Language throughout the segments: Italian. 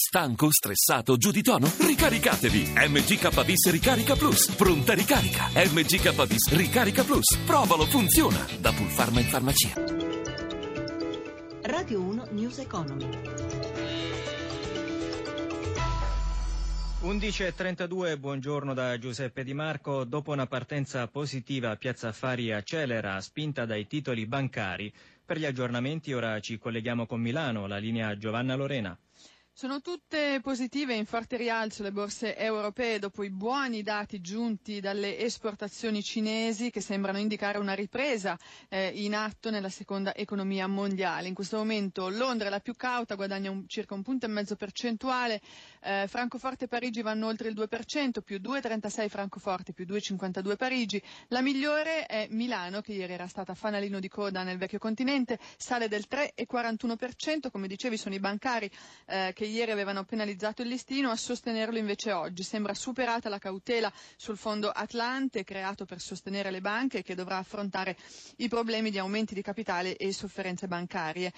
Stanco, stressato, giù di tono? Ricaricatevi! MGKBIS Ricarica Plus. Pronta ricarica. MGKBIS Ricarica Plus. Provalo, funziona. Da Pulpharma in farmacia. Radio 1 News Economy. 11.32, buongiorno da Giuseppe Di Marco. Dopo una partenza positiva, Piazza Affari accelera, spinta dai titoli bancari. Per gli aggiornamenti ora ci colleghiamo con Milano, la linea Giovanna Lorena. Sono tutte positive, in forte rialzo le borse europee dopo i buoni dati giunti dalle esportazioni cinesi che sembrano indicare una ripresa in atto nella seconda economia mondiale. In questo momento Londra è la più cauta, guadagna circa 1,5 punti percentuale, Francoforte e Parigi vanno oltre il 2%, più 2,36 Francoforte, più 2,52 Parigi. La migliore è Milano, che ieri era stata fanalino di coda nel vecchio continente, sale del 3,41%, come dicevi sono i bancari che ieri avevano penalizzato il listino a sostenerlo invece oggi. Sembra superata la cautela sul fondo Atlante creato per sostenere le banche, che dovrà affrontare i problemi di aumenti di capitale e sofferenze bancarie.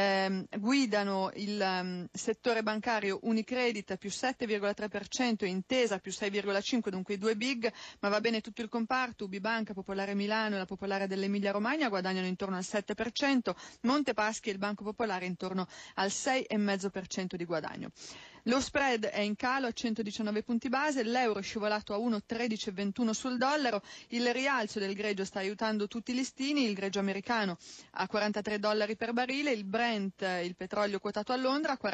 Guidano il settore bancario Unicredit più 7,3%, Intesa più 6,5%, dunque i due big, ma va bene tutto il comparto. UbiBanca, Popolare Milano e la Popolare dell'Emilia Romagna guadagnano intorno al 7%, Montepaschi e il Banco Popolare intorno al 6,5% di guadagno. Lo spread è in calo a 119 punti base, l'euro è scivolato a 1,1321 sul dollaro, il rialzo del greggio sta aiutando tutti i listini, il greggio americano a $43 per barile, il Brent, il petrolio quotato a Londra, a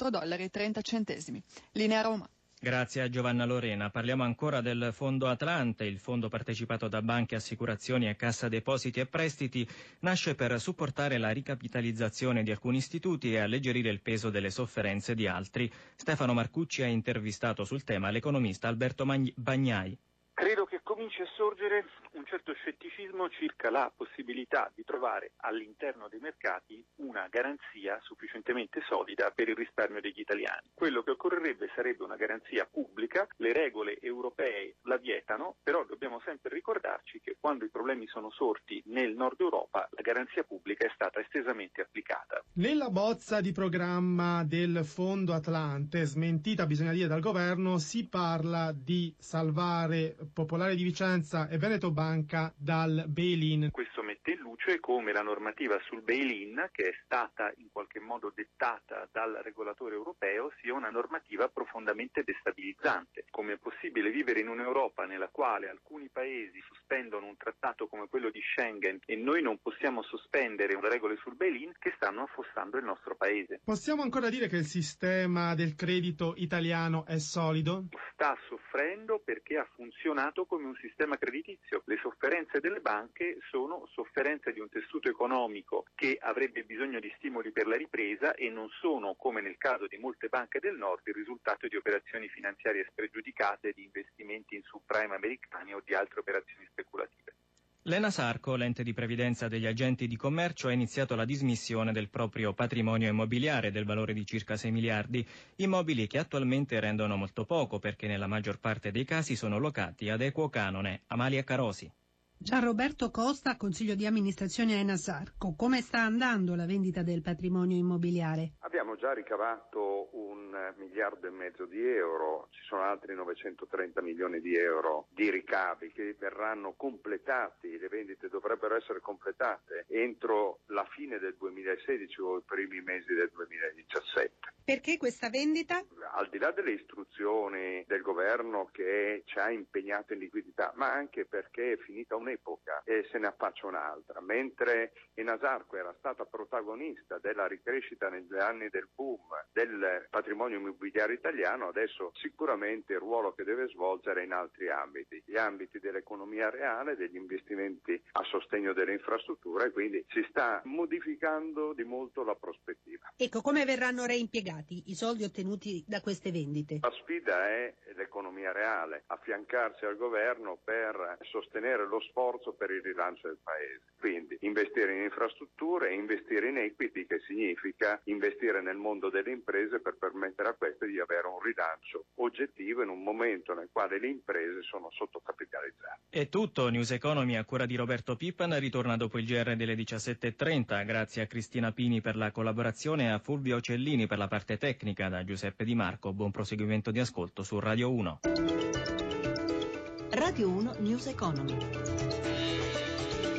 $44,30. Linea Roma. Grazie a Giovanna Lorena. Parliamo ancora del Fondo Atlante. Il fondo partecipato da banche, assicurazioni e Cassa Depositi e Prestiti nasce per supportare la ricapitalizzazione di alcuni istituti e alleggerire il peso delle sofferenze di altri. Stefano Marcucci ha intervistato sul tema l'economista Alberto Bagnai. Credo che cominci a sorgere un certo scetticismo circa la possibilità di trovare all'interno dei mercati una garanzia sufficientemente solida per il risparmio degli italiani. Quello che occorrerebbe sarebbe una garanzia pubblica, le regole europee la vietano, però dobbiamo sempre ricordarci che quando i problemi sono sorti nel nord Europa la garanzia pubblica è stata estesamente applicata. Nella bozza di programma del Fondo Atlante, smentita bisogna dire dal governo, si parla di salvare Popolare di Vicenza e Veneto Banca dal bail-in. Questo mette in luce come la normativa sul bail-in, che è stata in qualche modo dettata dal regolatore europeo, sia una normativa profondamente destabilizzante. Come è possibile vivere in un'Europa nella quale alcuni paesi sospendono un trattato come quello di Schengen e noi non possiamo sospendere le regole sul bail-in che stanno affossando il nostro paese? Possiamo ancora dire che il sistema del credito italiano è solido? Sta soffrendo perché ha funzionato come un sistema creditizio. Le sofferenze delle banche sono sofferenze di un tessuto economico che avrebbe bisogno di stimoli per la ripresa e non sono, come nel caso di molte banche del nord, il risultato di operazioni finanziarie spregiudicate, di investimenti in subprime americani o di altre operazioni speculative. L'Enasarco, l'ente di previdenza degli agenti di commercio, ha iniziato la dismissione del proprio patrimonio immobiliare del valore di circa 6 miliardi, immobili che attualmente rendono molto poco perché nella maggior parte dei casi sono locati ad equo canone. Amalia Carosi. Gianroberto Costa, consiglio di amministrazione a Enasarco. Come sta andando la vendita del patrimonio immobiliare? Abbiamo già ricavato 1,5 miliardi di euro, ci sono altri 930 milioni di euro di ricavi che verranno completati, le vendite dovrebbero essere completate entro la fine del 2016 o i primi mesi del 2017. Perché questa vendita? Al di là delle istruzioni del governo che ci ha impegnato in liquidità, ma anche perché è finita un'epoca e se ne affaccia un'altra. Mentre Enasarco era stata protagonista della ricrescita negli anni del boom del patrimonio immobiliare italiano, adesso sicuramente il ruolo che deve svolgere è in altri ambiti, gli ambiti dell'economia reale, degli investimenti a sostegno delle infrastrutture, e quindi si sta modificando di molto la prospettiva. Ecco, come verranno reimpiegati i soldi ottenuti da queste vendite? La sfida è l'economia reale, affiancarsi al governo per sostenere lo sforzo per il rilancio del paese. Quindi investire in infrastrutture e investire in equity, che significa investire nel mondo delle imprese per permettere a queste di avere un rilancio oggettivo oggettivo in un momento nel quale le imprese sono sottocapitalizzate. È tutto. News Economy a cura di Roberto Pippan ritorna dopo il GR delle 17.30. Grazie a Cristina Pini per la collaborazione e a Fulvio Cellini per la parte tecnica. Da Giuseppe Di Marco, buon proseguimento di ascolto su Radio 1. Radio 1 News Economy.